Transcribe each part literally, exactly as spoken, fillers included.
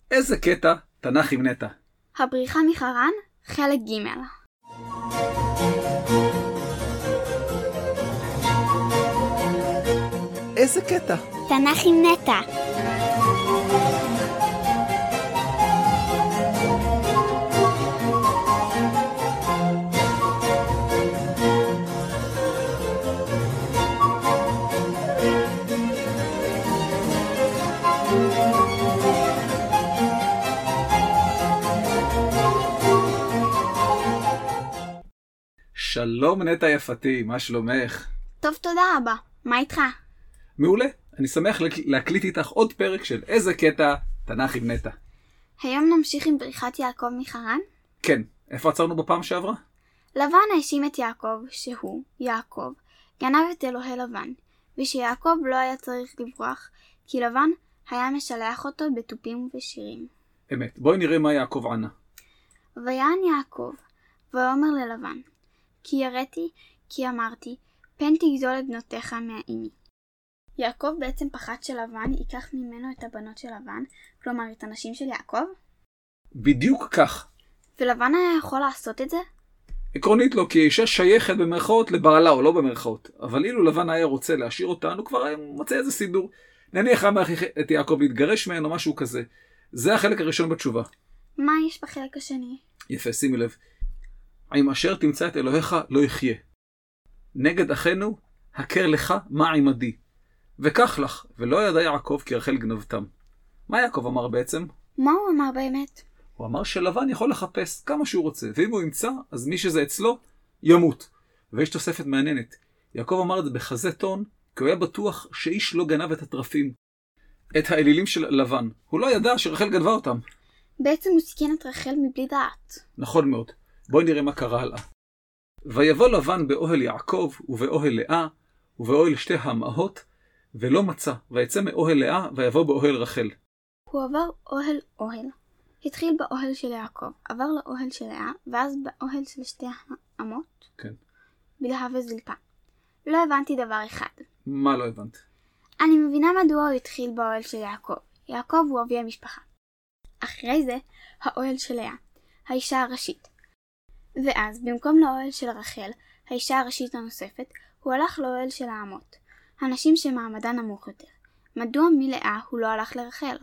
איזה קטע, תנ"ך עם נטע. הבריחה מחרן, חלק ג'. איזה קטע? תנ"ך עם נטע. שלום נטע יפתי, מה שלומך? טוב, תודה אבא. מה איתך? מעולה, אני שמח להקליט איתך עוד פרק של איזה קטע, תנ"ך עם נטע. היום נמשיך עם בריחת יעקב מחרן? כן, איפה עצרנו בפעם שעברה? לבן האשים את יעקב, שהוא, יעקב, גנב את אלוהי לבן, ושיעקב לא היה צריך לברוח, כי לבן היה משלח אותו בתופים ובשירים. אמת, בואי נראה מה יעקב ענה. ויען יעקב, ואומר ללבן, כי יראתי, כי אמרתי, פן תגזול את בנותיך מהאימי. יעקב בעצם פחד שלבן ייקח ממנו את הבנות של לבן, כלומר את הנשים של יעקב? בדיוק כך. ולבן היה יכול לעשות את זה? עקרונית לא, כי האישה שייכת במרכאות לבעלה או לא במרכאות. אבל אילו לבן היה רוצה להשאיר אותנו, כבר היה מוצא איזה סידור. נניח היה מכריח את יעקב להתגרש מהן או משהו כזה. זה החלק הראשון בתשובה. מה יש בחלק השני? יפה, שימי לב. עם אשר תמצא את אלוהיך לא יחיה. נגד אחינו, הכר לך מה עמדי. וכך לך, ולא ידע יעקב כי רחל גנבתם. מה יעקב אמר בעצם? מה הוא אמר באמת? הוא אמר שלבן יכול לחפש כמה שהוא רוצה, ואם הוא ימצא, אז מי שזה אצלו, ימות. ויש תוספת מעניינת. יעקב אמר את זה בחזה טון, כי הוא היה בטוח שאיש לא גנב את הטרפים, את האלילים של לבן. הוא לא ידע שרחל גנבה אותם. בעצם הוא סיכן את רחל מבלי דעת. נכון מאוד. בואי נראה מה קרה הלאה. ויבוא לבן באוהל יעקב, ובאוהל לאה, ובאוהל שתי האמהות, ולא מצא, ויצא מאוהל לאה, ויבוא באוהל רחל. הוא עבר אוהל אוהל. התחיל באוהל של יעקב, עבר לאוהל של לאה, ואז באוהל של שתי האמות. כן. בלהה וזלפה. לא הבנתי דבר אחד. מה לא הבנת? אני מבינה מדוע הוא התחיל באוהל של יעקב. יעקב הוא אבי המשפחה. אחרי זה, האוהל של לאה, האישה הראשית. ואז, במקום לאוהל של רחל, האישה הראשית הנוספת, הוא הלך לאוהל של האמות, הנשים שמעמדן נמוך יותר. מדוע מלאה הוא לא הלך לרחל?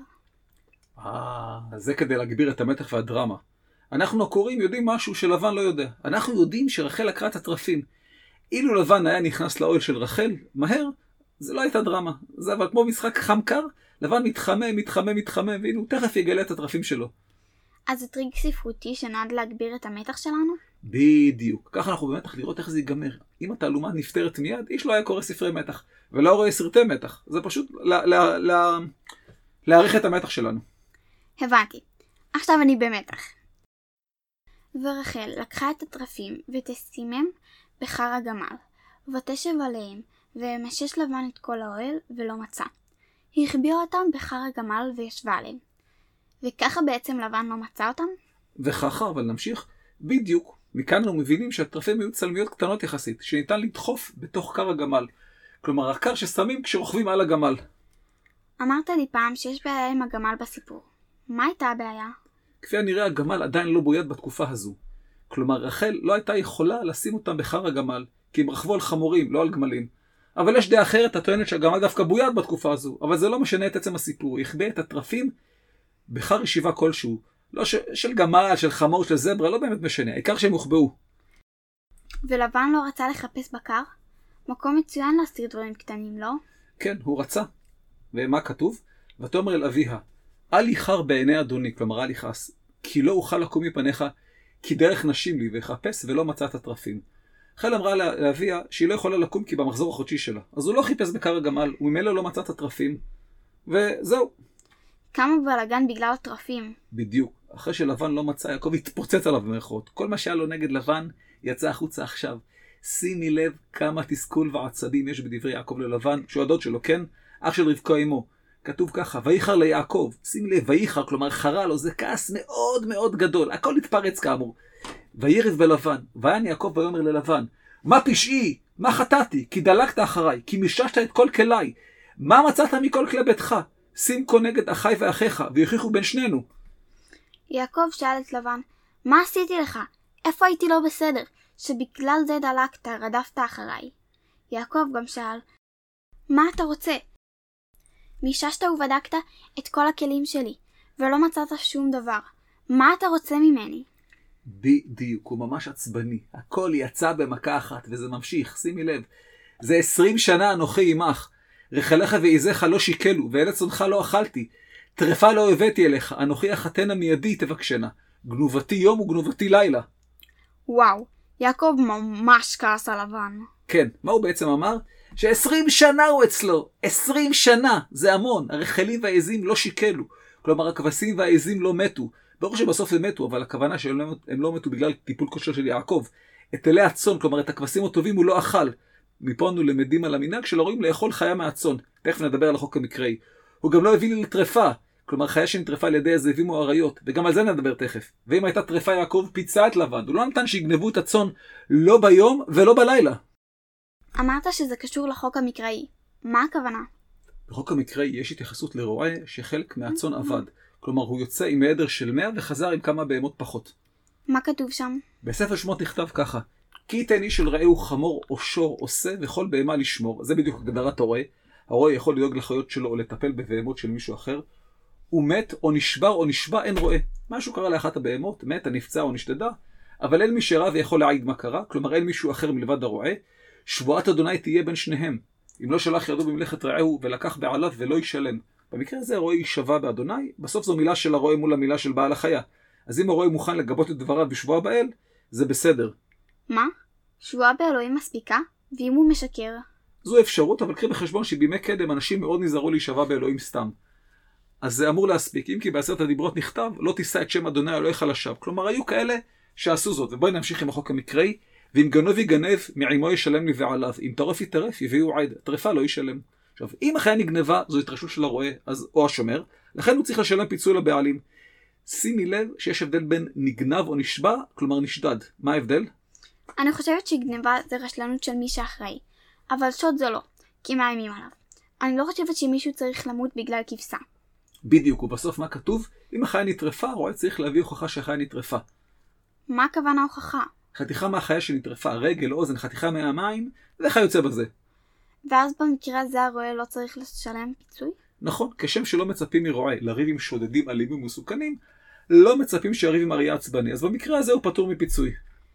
אה, זה כדי להגביר את המתח והדרמה. אנחנו הקוראים יודעים משהו שלבן לא יודע. אנחנו יודעים שרחל עקרה את הטרפים. אילו לבן היה נכנס לאוהל של רחל, מהר, זה לא הייתה דרמה. זה אבל כמו משחק חם קר, לבן מתחמם, מתחמם, מתחמם, והנה הוא תכף יגלה את הטרפים שלו. אז זה טריק ספרותי שנועד להגביר את המתח שלנו? בדיוק. ככה אנחנו במתח לראות איך זה ייגמר. אם התעלומה נפטרת מיד, איש לא היה קורא ספרי מתח, ולא רואה סרטי מתח. זה פשוט לה, לה, לה, להעריך את המתח שלנו. הבנתי. עכשיו אני במתח. ורחל לקחה את הטרפים ותשימם בחר הגמל, ותשב עליהם, ומשש לבן את כל האוהל ולא מצא. היא החביאה אותם בחר הגמל וישבה עליהם. וככה בעצם לבן לא מצא אותם? וככה, אבל נמשיך. בדיוק. מכאן אנחנו מבינים שהטרפים היו צלמיות קטנות יחסית, שניתן לדחוף בתוך קר הגמל. כלומר, הקר ששמים כשרוכבים על הגמל. אמרת לי פעם שיש בעיה עם הגמל בסיפור. מה הייתה הבעיה? כפי הנראה, הגמל עדיין לא בויד בתקופה הזו. כלומר, רחל לא הייתה יכולה לשים אותם בחר הגמל, כי הם רכבו על חמורים, לא על גמלים. אבל יש דעה אחרת, הטוענת שהגמל דווקא בויד בתקופה הזו, אבל זה לא משנה את עצם הסיפור. היא החביא את הטרפים בחר ישיבה כלשהו. לא ש... של גמל, של חמור, של זברה, לא באמת משנה. העיקר שהם הוחבאו. ולבן לא רצה לחפש בקר? מקום מצוין להסתיר דברים קטנים, לא? כן, הוא רצה. ומה כתוב? ותאמר אל אביה, אל יחר בעיני אדוני, כלומר אל יכעס, כי לא אוכל לקום מפניך, כי דרך נשים לי, ויחפש ולא מצא את הטרפים. רחל אמרה לאביה שהיא לא יכולה לקום כי במחזור החודשי שלה. אז הוא לא חיפש בקר הגמל, וממילא לא מצא את הטרפים. וזהו. כמה בלגן בגלל הטרפים. בדיוק. אחרי שלבן לא מצא, יעקב התפוצץ עליו במרכאות. כל מה שהיה לו נגד לבן יצא החוצה עכשיו. שימי לב כמה תסכול ועצבים יש בדברי יעקב ללבן, שהוא הדוד שלו, כן? אח של רבקה אמו. כתוב ככה, ויחר ליעקב. שימי לב, ויחר, כלומר חרה לו, זה כעס מאוד מאוד גדול. הכל התפרץ כאמור. וירב בלבן, ויען יעקב ויאמר ללבן, מה פשעי? מה חטאתי? כי דלקת אחריי, כי מיששת את כל כלי. מה מצאת מכל כלי ביתך? שים כה נגד אחי ואחיך, ויוכיחו בין שנינו. יעקב שאל את לבן, מה עשיתי לך? איפה הייתי לא בסדר? שבגלל זה דלקת, רדפת אחריי. יעקב גם שאל, מה אתה רוצה? מיששת ובדקת את כל הכלים שלי, ולא מצאת שום דבר. מה אתה רוצה ממני? בדיוק, הוא ממש עצבני. הכל יצא במכה אחת, וזה ממשיך, שימי לב. זה עשרים שנה אנוכי עמך. רחליך ועיזיך לא שיקלו, ואל צונך לא אכלתי. טרפה לא הבאתי אליך, אנוכי אחתנה מידי תבקשנה. גנובתי יום וגנובתי לילה. וואו, יעקב ממש כעס על לבן. כן, מה הוא בעצם אמר? ש-עשרים שנה הוא אצלו. עשרים שנה, זה המון. הרחלים והעזים לא שיקלו. כלומר, הכבשים והעזים לא מתו. ברור שבסוף הם מתו, אבל הכוונה שהם לא, הם לא מתו בגלל טיפול כושר של יעקב. את אלי הצאן, כלומר את הכבשים הטובים הוא לא אכל. מפה אנו למדים על המנהג של הרועים לאכול חיה מהצאן. תכף נדבר על החוק המקראי. הוא גם לא הביא לי לטרפה, כלומר חיה שנטרפה על ידי הזאבים או אריות, וגם על זה נדבר תכף. ואם הייתה טרפה יעקב פיצה את לבן, הוא לא נתן שיגנבו את הצאן לא ביום ולא בלילה. אמרת שזה קשור לחוק המקראי. מה הכוונה? בחוק המקראי יש התייחסות לרועה שחלק מהצאן אבד. כלומר, הוא יוצא עם העדר של מאה וחזר עם כמה בהמות פחות. מה כתוב שם? בספר שמות נכתב ככה, כי ייתן איש של רעהו חמור או שור עושה וכל בהמה לשמור. זה בדיוק הגדרת הרועה. הרועה יכול לדאוג לחיות שלו או לטפל בבהמות של מישהו אחר. הוא מת או נשבר או נשבע, אין רועה. משהו קרה לאחת הבהמות, מת, הנפצע או נשדדה, אבל אין מי שראה ויכול להעיד מה קרה, כלומר אין מישהו אחר מלבד הרועה. שבועת אדוני תהיה בין שניהם. אם לא שלח ידו במלאכת רעהו ולקח בעליו ולא ישלם. במקרה הזה הרועה יישבע באדוני, בסוף זו מילה של הרועה מול המילה של בעל החיה. אז אם הרועה מוכן לגבות את דבריו בשבועה באל, זה בסדר. מה? שבועה באלוהים מספיקה? ואם הוא משקר? זו אפשרות, אבל קרי בחשבון שבימי קדם אנשים מאוד נזהרו להישבע באלוהים סתם. אז זה אמור להספיק, אם כי בעשרת הדיברות נכתב, לא תישא את שם אדוני אלוהיך לשווא. כלומר, היו כאלה שעשו זאת. ובואי נמשיך עם החוק המקראי. ואם גנוב יגנב, מעמו ישלם לבעליו. אם טרף יטרף, יביאו עד. טרפה לא ישלם. עכשיו, אם החיה נגנבה, זו התרשות של הרועה, אז, או השומר, לכן הוא צריך לשלם פיצוי לבעלים. שימי לב שיש הבדל בין נגנב או נשבע, כלומר נשדד. מה ההבדל? אני חושבת שגנבה זה רשלנות של מי שאחראי. אבל שוד זו לא, כי מאיימים עליו. אני לא חושבת שמישהו צריך למות בגלל כבשה. בדיוק, ובסוף מה כתוב? אם החיה נטרפה, הרועה צריך להביא הוכחה שהחיה נטרפה. מה הכוונה הוכחה? חתיכה מהחיה שנטרפה, רגל, אוזן, חתיכה מהמים, ואיך יוצא בזה? ואז במקרה הזה הרועה לא צריך לשלם פיצוי? נכון, כשם שלא מצפים מרועה לריב עם שודדים אלימים ומסוכנים, לא מצפים שיריב עם אריה עצבני, אז במקרה הזה הוא פטור מפיצוי.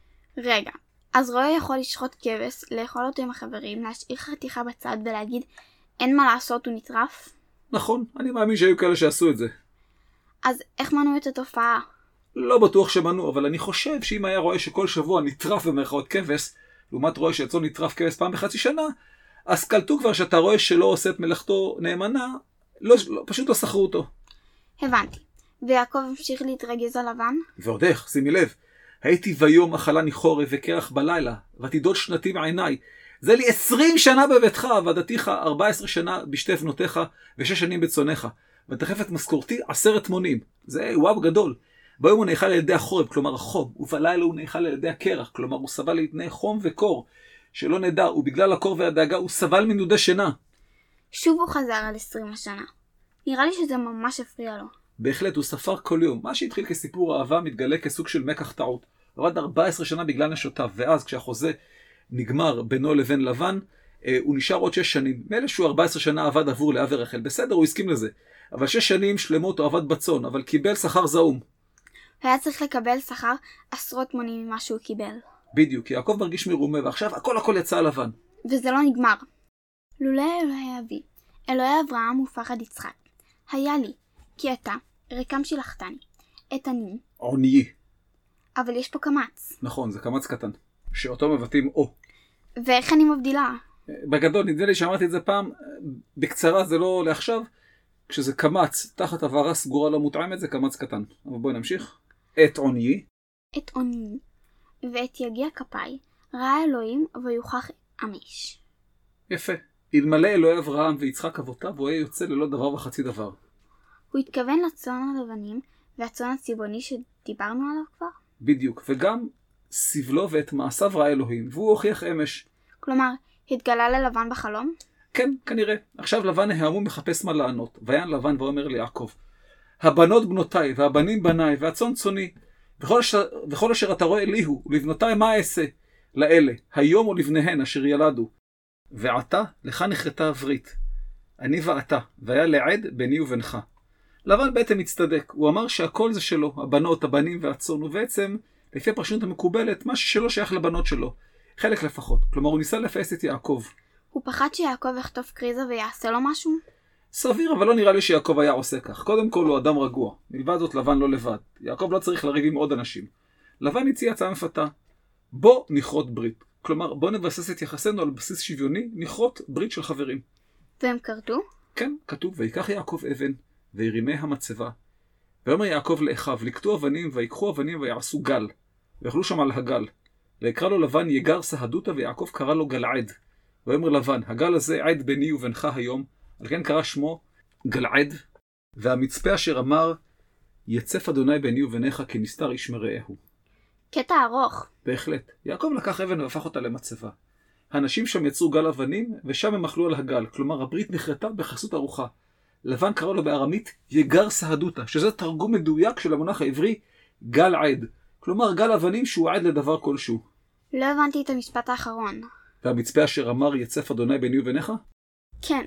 רגע, אז רועה יכול לשחוט כבש, לאכול אותו עם החברים, להשאיר חתיכה בצד ולהגיד אין מה לעשות, הוא נטרף? נכון, אני מאמין שהיו כאלה שעשו את זה. אז איך מנעו את התופעה? לא בטוח שמנעו, אבל אני חושב שאם היה רואה שכל שבוע נטרף במרכאות כבש, לעומת רואה שאצלו נטרף כבש פעם בחצי שנה, אז קלטו כבר שאתה רואה שלא עושה את מלאכתו נאמנה, לא, לא, פשוט לא שכרו אותו. הבנתי. ויעקב המשיך להתרגז על לבן? ועוד איך, שימי לב, הייתי ביום אכלני חורף וקרח בלילה, ותידוד שנתי מעיניי. זה לי עשרים שנה בביתך, ועדתיך ארבע עשרה שנה בשתי בנותיך, ושש שנים בצונך. ותחף את משכורתי עשרת מונים. זה וואו גדול. ביום הוא נאכל על ידי החורף, כלומר החום, ובלילה הוא נאכל על ידי הקרח, כלומר הוא סבל להתנאי חום וקור. שלא נדע, ובגלל הקור והדאגה הוא סבל מנודי שינה. שוב הוא חזר על עשרים השנה. נראה לי שזה ממש הפריע לו. בהחלט, הוא ספר כל יום. מה שהתחיל כסיפור אהבה מתגלה כסוג של מקח טעות. הוא עבד ארבע עשרה שנה בגלל נשותיו, ואז כשהחוזה נגמר בינו לבין לבן, הוא נשאר עוד שש שנים. מאלה שהוא ארבע עשרה שנה עבד עבור לאה ורחל. בסדר, הוא הסכים לזה. אבל שש שנים שלמות הוא עבד בצאן, אבל קיבל שכר זעום. היה צריך לקבל שכר עשרות מונים ממה שהוא קיבל. בדיוק, יעקב מרגיש מרומה, ועכשיו הכל הכל יצא על לבן. וזה לא נגמר. לולא אלוהי אבי, אלוהי אברהם ופחד יצחק, היה לי, כי אתה, רקם שילחתני, את אני. עוני. אבל יש פה קמץ. נכון, זה קמץ קטן, שאותו מבטאים או. ואיך אני מבדילה? בגדול, נדמה לי שאמרתי את זה פעם, בקצרה זה לא לעכשיו, כשזה קמץ, תחת עברה סגורה לא מותאמת, זה קמץ קטן. אבל בואי נמשיך. את עוני. את עוני. ואת יגיע כפיי, ראה אלוהים ויוכח אמש. יפה. אלמלא אלוהי אברהם ויצחק אבותיו, הוא היה יוצא ללא דבר וחצי דבר. הוא התכוון לצאן הלבנים והצאן הצבעוני שדיברנו עליו כבר? בדיוק, וגם סבלו ואת מעשיו ראה אלוהים, והוא הוכיח אמש. כלומר, התגלה ללבן בחלום? כן, כנראה. עכשיו לבן ההמום מחפש מה לענות. ויען לבן ואומר ליעקב, הבנות בנותיי, והבנים בניי, והצאן צאני, וכל אשר, וכל אשר אתה רואה לי הוא, ולבנותיי מה אעשה? לאלה, היום או לבניהן אשר ילדו. ועתה לך נחרטה הברית. אני ואתה, והיה לעד ביני ובינך. לבן בעצם מצטדק. הוא אמר שהכל זה שלו, הבנות, הבנים והצאן, ובעצם, לפי הפרשנות המקובלת, משהו שלא שייך לבנות שלו. חלק לפחות. כלומר, הוא ניסה לפעס את יעקב. הוא פחד שיעקב יחטוף קריזה ויעשה לו משהו? סביר, אבל לא נראה לי שיעקב היה עושה כך. קודם כל הוא אדם רגוע. מלבד זאת לבן לא לבד. יעקב לא צריך לריב עם עוד אנשים. לבן הציע הצעה מפתה. בוא נכרות ברית. כלומר, בוא נבסס את יחסנו על בסיס שוויוני, נכרות ברית של חברים. והם קרתו? כן, כתוב, ויקח יעקב אבן, וירימי המצבה. ואומר יעקב לאחיו, לקטו אבנים, ויקחו אבנים ויעשו גל. ויאכלו שם על הגל. ויקרא לו לבן יגר סהדותה, ויעקב קרא לו גלעד. ואומר לבן, הגל הזה עד ביני ובינך היום, על כן קרא שמו גלעד. והמצפה אשר אמר, יצף אדוני ביני וביניך כנסתר איש מרעהו. קטע ארוך. בהחלט. יעקב לקח אבן והפך אותה למצבה. האנשים שם יצרו גל אבנים, ושם הם אכלו על הגל. כלומר, הברית נחרטה בחסות ארוחה. לבן קרא לו בארמית יגר סהדותה, שזה תרגום מדויק של המונח העברי גל עד. כלומר, גל אבנים שהוא עד לדבר כלשהו. לא הבנתי את המשפט האחרון. והמצפה אשר אמר יצף אדוני ביני וביניך? כן.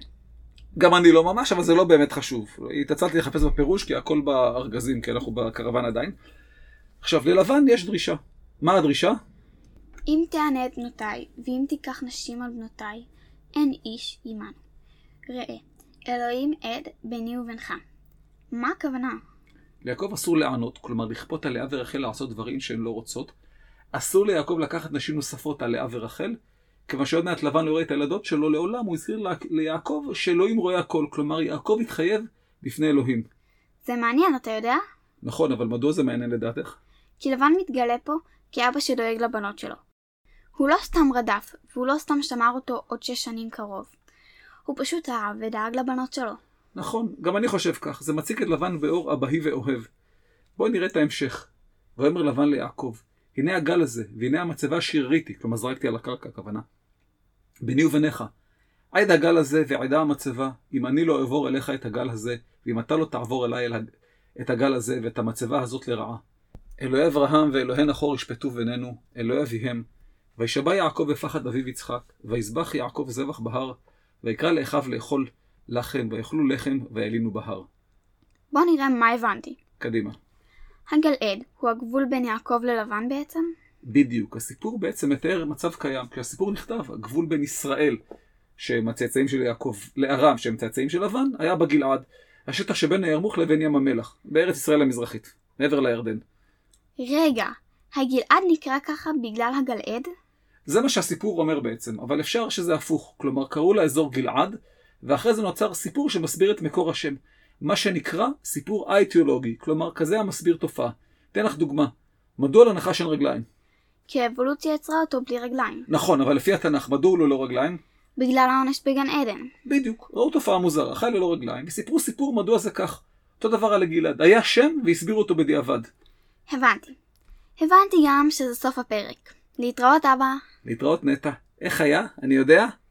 גם אני לא ממש, אבל זה לא באמת חשוב. התעצלתי לחפש בפירוש, כי הכל בארגזים, כי אנחנו בקרוון עדיין. עכשיו, ללבן יש דרישה. מה הדרישה? אם תענה את בנותיי, ואם תיקח נשים על בנותיי, אין איש עמנו. ראה, אלוהים עד ביני ובינך. מה הכוונה? ליעקב אסור לענות, כלומר לכפות על לאה ורחל לעשות דברים שהן לא רוצות. אסור ליעקב לקחת נשים נוספות על לאה ורחל, כיוון שעוד מעט לבן לא רואה את הילדות שלו לעולם, הוא הזכיר ליעקב שאלוהים רואה הכל, כלומר יעקב התחייב בפני אלוהים. זה מעניין, אתה יודע? נכון, אבל מדוע זה מעניין לדעתך? כי לבן מתגלה פה כאבא שדואג לבנות שלו. הוא לא סתם רדף, והוא לא סתם שמר אותו עוד שש שנים קרוב. הוא פשוט אהב ודאג לבנות שלו. נכון, גם אני חושב כך. זה מציג את לבן באור אבהי ואוהב. בואו נראה את ההמשך. ואומר לבן ליעקב, הנה הגל הזה, והנה המצבה שריריתי, כלומר זרקתי על הקרקע, הכוונה. ביני וביניך, עד הגל הזה ועדה המצבה, אם אני לא אעבור אליך את הגל הזה, ואם אתה לא תעבור אליי אל את הגל הזה ואת המצבה הזאת לרעה. אלוהי אברהם ואלוהי נחור ישפטו בינינו, אלוהי אביהם. וישבע יעקב בפחד אביו יצחק, ויזבח יעקב זבח בהר, ויקרא לאחיו לאכול לחם, ויאכלו לחם וילינו בהר. בוא נראה מה הבנתי. קדימה. הגלעד הוא הגבול בין יעקב ללבן בעצם? בדיוק. הסיפור בעצם מתאר מצב קיים. כשהסיפור נכתב, הגבול בין ישראל, שהם הצאצאים של יעקב, לארם, שהם הצאצאים של לבן, היה בגלעד, השטח שבין הירמוך לבין ים המלח, בארץ ישראל המזרחית, מעבר לירדן. רגע, הגלעד נקרא ככה בגלל הגלעד? זה מה שהסיפור אומר בעצם, אבל אפשר שזה הפוך. כלומר, קראו לאזור גלעד, ואחרי זה נוצר סיפור שמסביר את מקור השם. מה שנקרא סיפור האיטיולוגי, כלומר, כזה המסביר תופעה. תן לך דוגמה. מדוע לנחש אין רגליים? כי האבולוציה יצרה אותו בלי רגליים. נכון, אבל לפי התנ"ך, מדוע הוא לא רגליים? בגלל העונש בגן עדן. בדיוק. ראו תופעה מוזרה, חי ללא רגליים, וסיפרו סיפור מדוע זה כך. אותו דבר על הגלעד. היה שם והסבירו אותו בדיעבד. הבנתי. הבנתי גם שזה סוף הפרק. להתראות אבא. להתראות נטע. איך היה? אני יודע?